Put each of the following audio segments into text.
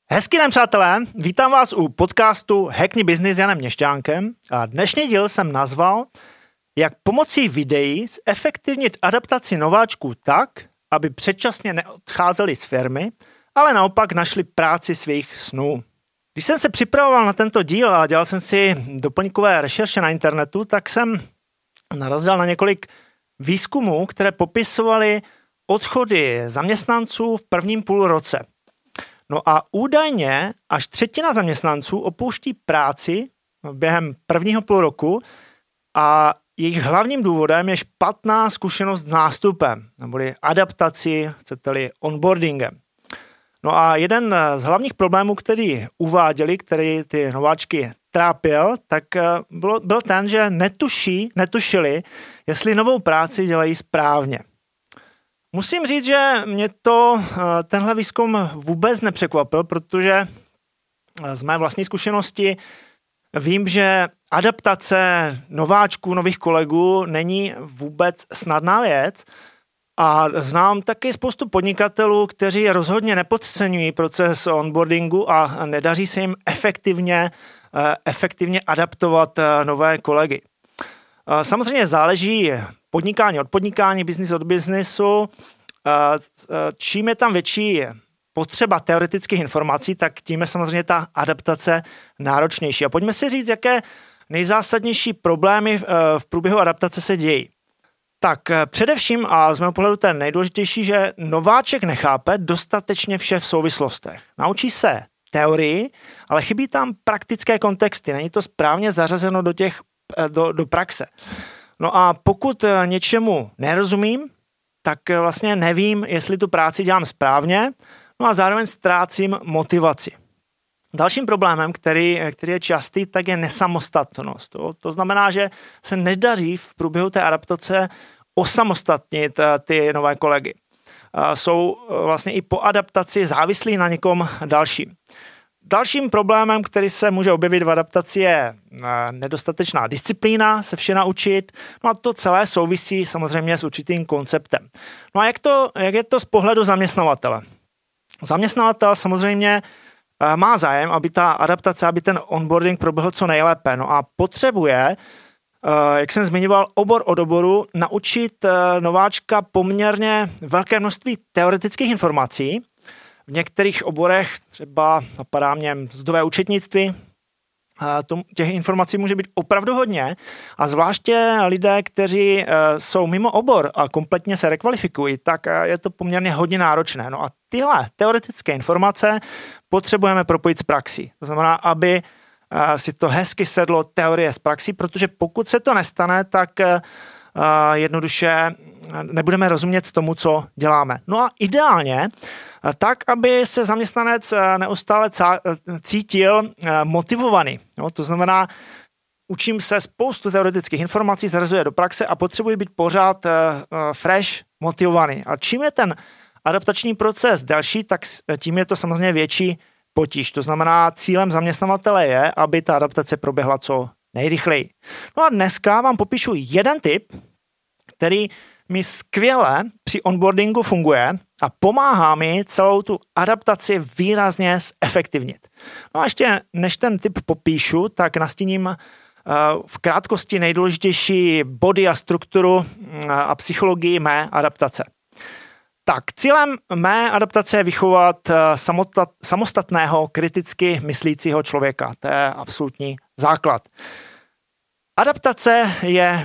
Hezký den, přátelé, vítám vás u podcastu Hackni Business s Janem Měšťánkem a dnešní díl jsem nazval Jak pomocí videí zefektivnit adaptaci nováčků tak, aby předčasně neodcházeli z firmy, ale naopak našli práci svých snů. Když jsem se připravoval na tento díl a dělal jsem si doplňkové rešerše na internetu, tak jsem narazil na několik výzkumů, které popisovaly odchody zaměstnanců v prvním půlroce. No a údajně až třetina zaměstnanců opouští práci během prvního půl roku a jejich hlavním důvodem je špatná zkušenost s nástupem, neboli adaptací, chcete-li onboardingem. No a jeden z hlavních problémů, který uváděli, který ty nováčky trápil, tak byl ten, že netušili, jestli novou práci dělají správně. Musím říct, že mě tenhle výzkum vůbec nepřekvapil, protože z mé vlastní zkušenosti vím, že adaptace nováčků, nových kolegů není vůbec snadná věc a znám taky spoustu podnikatelů, kteří rozhodně nepodceňují proces onboardingu a nedaří se jim efektivně adaptovat nové kolegy. Samozřejmě záleží podnikání od podnikání, biznis od biznisu. Čím je tam větší potřeba teoretických informací, tak tím je samozřejmě ta adaptace náročnější. A pojďme si říct, jaké nejzásadnější problémy v průběhu adaptace se dějí. Tak především, a z mého pohledu ten nejdůležitější, že nováček nechápe dostatečně vše v souvislostech. Naučí se teorii, ale chybí tam praktické kontexty. Není to správně zařazeno do praxe. No a pokud něčemu nerozumím, tak vlastně nevím, jestli tu práci dělám správně, no a zároveň ztrácím motivaci. Dalším problémem, který je častý, tak je nesamostatnost. To znamená, že se nedaří v průběhu té adaptace osamostatnit ty nové kolegy. Jsou vlastně i po adaptaci závislí na někom dalším. Dalším problémem, který se může objevit v adaptaci, je nedostatečná disciplína, se vše naučit, no a to celé souvisí samozřejmě s určitým konceptem. No a jak je to z pohledu zaměstnavatele? Zaměstnavatel samozřejmě má zájem, aby ta adaptace, aby ten onboarding proběhl co nejlépe, no a potřebuje, jak jsem zmiňoval, obor od oboru, naučit nováčka poměrně velké množství teoretických informací. V některých oborech, třeba napadá mě mzdové účetnictví, těch informací může být opravdu hodně a zvláště lidé, kteří jsou mimo obor a kompletně se rekvalifikují, tak je to poměrně hodně náročné. No a tyhle teoretické informace potřebujeme propojit s praxí. To znamená, aby si to hezky sedlo teorie s praxí, protože pokud se to nestane, tak jednoduše nebudeme rozumět tomu, co děláme. No a ideálně tak, aby se zaměstnanec neustále cítil motivovaný. No, to znamená, učím se spoustu teoretických informací, zařazuje do praxe a potřebuji být pořád fresh, motivovaný. A čím je ten adaptační proces delší, tak tím je to samozřejmě větší potíž. To znamená, cílem zaměstnavatele je, aby ta adaptace proběhla co nejrychleji. No a dneska vám popíšu jeden tip, který mi skvěle při onboardingu funguje a pomáhá mi celou tu adaptaci výrazně zefektivnit. No a ještě než ten tip popíšu, tak nastíním v krátkosti nejdůležitější body a strukturu a psychologii mé adaptace. Tak, cílem mé adaptace je vychovat samostatného, kriticky myslícího člověka. To je absolutní základ. Adaptace je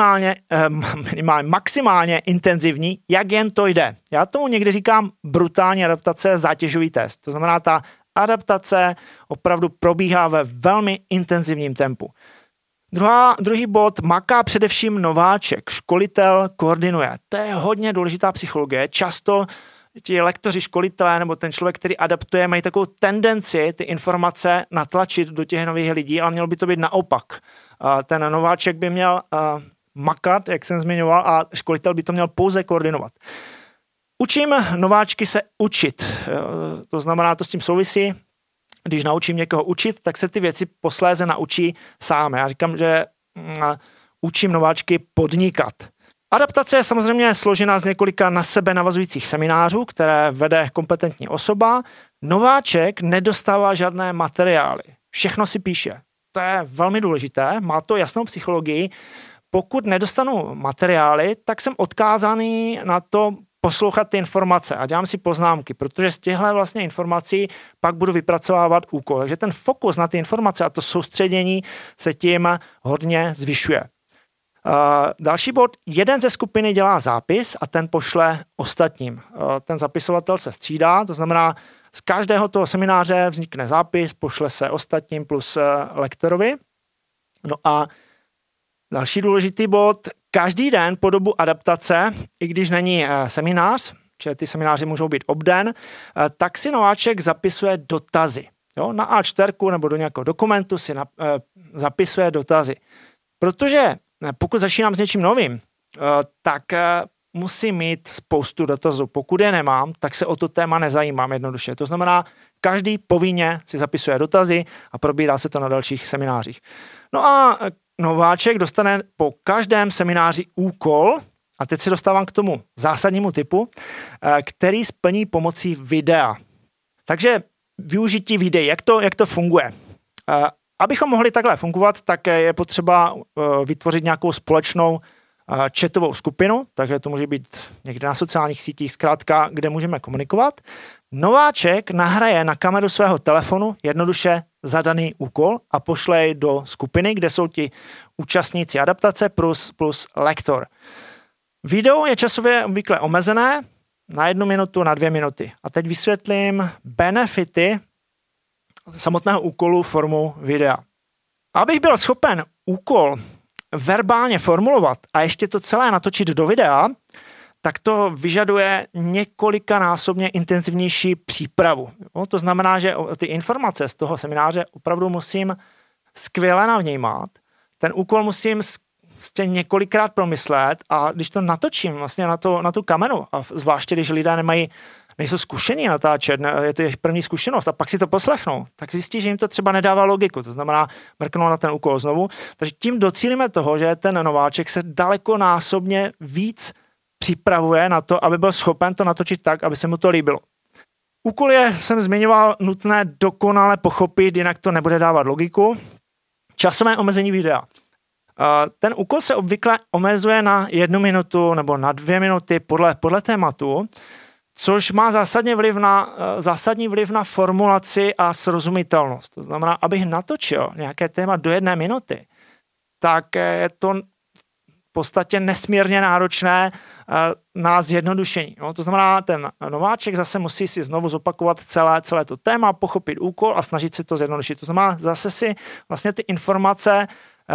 maximálně intenzivní, jak jen to jde. Já tomu někdy říkám brutální adaptace, zátěžový test. To znamená, ta adaptace opravdu probíhá ve velmi intenzivním tempu. Druhý bod, maká především nováček, školitel koordinuje. To je hodně důležitá psychologie. Často ti lektoři, školitelé nebo ten člověk, který adaptuje, mají takovou tendenci ty informace natlačit do těch nových lidí, ale mělo by to být naopak. Ten nováček by měl makat, jak jsem zmiňoval, a školitel by to měl pouze koordinovat. Učím nováčky se učit. To znamená, to s tím souvisí. Když naučím někoho učit, tak se ty věci posléze naučí sám. Já říkám, že učím nováčky podnikat. Adaptace je samozřejmě složena z několika na sebe navazujících seminářů, které vede kompetentní osoba. Nováček nedostává žádné materiály. Všechno si píše. To je velmi důležité, má to jasnou psychologii. Pokud nedostanu materiály, tak jsem odkázaný na to poslouchat ty informace a dělám si poznámky, protože z těchto vlastně informací pak budu vypracovávat úkol. Takže ten fokus na ty informace a to soustředění se tím hodně zvyšuje. Další bod, jeden ze skupiny dělá zápis a ten pošle ostatním. Ten zapisovatel se střídá, to znamená, z každého toho semináře vznikne zápis, pošle se ostatním plus lektorovi. No a další důležitý bod, každý den po dobu adaptace, i když není seminář, že ty semináři můžou být obden, tak si nováček zapisuje dotazy. Jo? Na A4 nebo do nějakého dokumentu si zapisuje dotazy. Protože pokud začínám s něčím novým, tak musím mít spoustu dotazů. Pokud je nemám, tak se o to téma nezajímám jednoduše. To znamená, každý povinně si zapisuje dotazy a probírá se to na dalších seminářích. No a nováček dostane po každém semináři úkol, a teď se dostávám k tomu zásadnímu typu, který splní pomocí videa. Takže využití videí, jak to funguje? Abychom mohli takhle fungovat, tak je potřeba vytvořit nějakou společnou chatovou skupinu, takže to může být někde na sociálních sítích, zkrátka, kde můžeme komunikovat. Nováček nahraje na kameru svého telefonu jednoduše zadaný úkol a pošle jej do skupiny, kde jsou ti účastníci adaptace plus lektor. Video je časově obvykle omezené na 1 minutu, na 2 minuty. A teď vysvětlím benefity samotného úkolu formou videa. Abych byl schopen úkol verbálně formulovat a ještě to celé natočit do videa, tak to vyžaduje několikanásobně intenzivnější přípravu. To znamená, že ty informace z toho semináře opravdu musím skvěle navnímat. Ten úkol musím několikrát promyslet a když to natočím vlastně na tu kameru, a zvláště když lidé nejsou zkušení natáčet, je to jejich první zkušenost a pak si to poslechnou, tak zjistí, že jim to třeba nedává logiku, to znamená mrknou na ten úkol znovu, takže tím docílíme toho, že ten nováček se dalekonásobně víc připravuje na to, aby byl schopen to natočit tak, aby se mu to líbilo. Úkol je, jsem zmiňoval, nutné dokonale pochopit, jinak to nebude dávat logiku. Časové omezení videa. Ten úkol se obvykle omezuje na 1 minutu nebo na 2 minuty podle tématu, což má zásadní vliv na formulaci a srozumitelnost. To znamená, abych natočil nějaké téma do 1 minuty, tak je to v podstatě nesmírně náročné na zjednodušení. No, to znamená, ten nováček zase musí si znovu zopakovat celé to téma, pochopit úkol a snažit si to zjednodušit. To znamená, zase si vlastně ty informace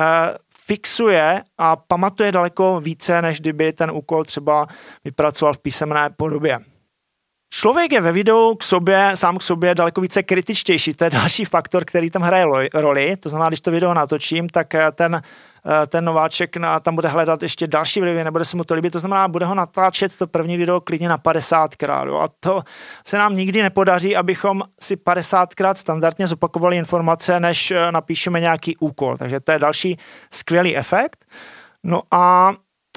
fixuje a pamatuje daleko více, než kdyby ten úkol třeba vypracoval v písemné podobě. Člověk je ve videu sám k sobě daleko více kritičtější. To je další faktor, který tam hraje roli. To znamená, když to video natočím, tak ten nováček tam bude hledat ještě další vlivy, nebude se mu to líbit. To znamená, bude ho natáčet to první video klidně na 50krát. A to se nám nikdy nepodaří, abychom si 50krát standardně zopakovali informace, než napíšeme nějaký úkol. Takže to je další skvělý efekt. No a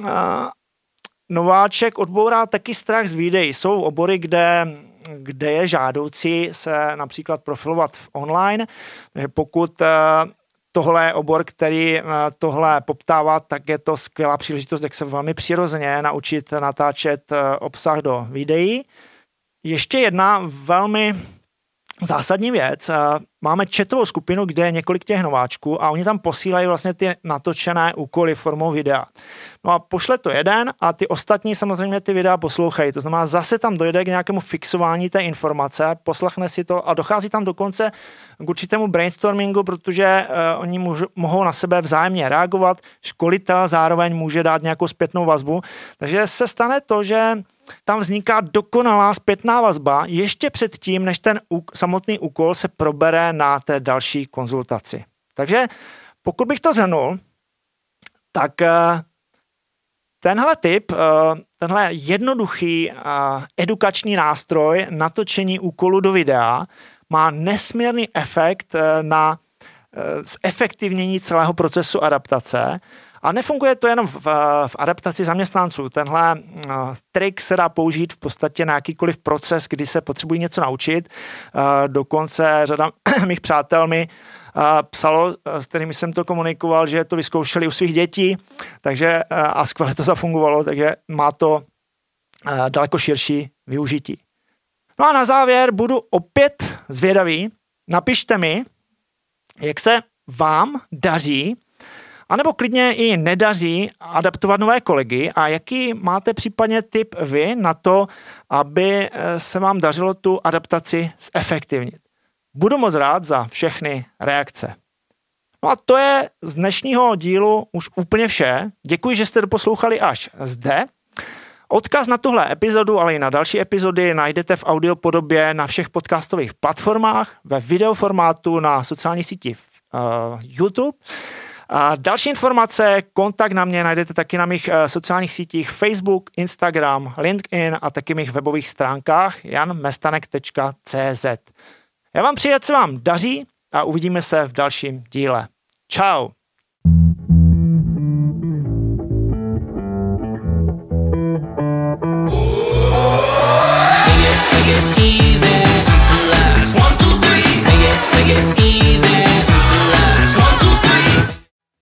nováček odbourá taky strach z videí. Jsou obory, kde je žádoucí se například profilovat online. Pokud tohle je obor, který tohle poptává, tak je to skvělá příležitost, jak se velmi přirozeně naučit natáčet obsah do videí. Ještě jedna velmi zásadní věc. Máme chatovou skupinu, kde je několik těch nováčků a oni tam posílají vlastně ty natočené úkoly formou videa. No a pošle to jeden a ty ostatní samozřejmě ty videa poslouchají. To znamená, zase tam dojde k nějakému fixování té informace, poslechne si to a dochází tam dokonce k určitému brainstormingu, protože oni mohou na sebe vzájemně reagovat, školitel zároveň může dát nějakou zpětnou vazbu. Takže se stane to, že tam vzniká dokonalá zpětná vazba ještě předtím, než ten samotný úkol se probere na té další konzultaci. Takže pokud bych to shrnul, tak tenhle jednoduchý edukační nástroj natočení úkolu do videa má nesmírný efekt na zefektivnění celého procesu adaptace A nefunguje to jenom v adaptaci zaměstnanců. Tenhle trik se dá použít v podstatě na jakýkoliv proces, kdy se potřebují něco naučit. Dokonce řada mých přátel mi psalo, s kterými jsem to komunikoval, že to vyzkoušeli u svých dětí, takže a skvěle to zafungovalo, takže má to daleko širší využití. No a na závěr budu opět zvědavý. Napište mi, jak se vám daří, anebo klidně i nedaří adaptovat nové kolegy a jaký máte případně tip vy na to, aby se vám dařilo tu adaptaci zefektivnit. Budu moc rád za všechny reakce. No a to je z dnešního dílu už úplně vše. Děkuji, že jste doposlouchali až zde. Odkaz na tuhle epizodu, ale i na další epizody najdete v audio podobě na všech podcastových platformách, ve videoformátu na sociální síti YouTube. A další informace, kontakt na mě najdete taky na mých sociálních sítích Facebook, Instagram, LinkedIn a taky mých webových stránkách janmestanek.cz. Já vám přeji, ať se vám daří a uvidíme se v dalším díle. Čau.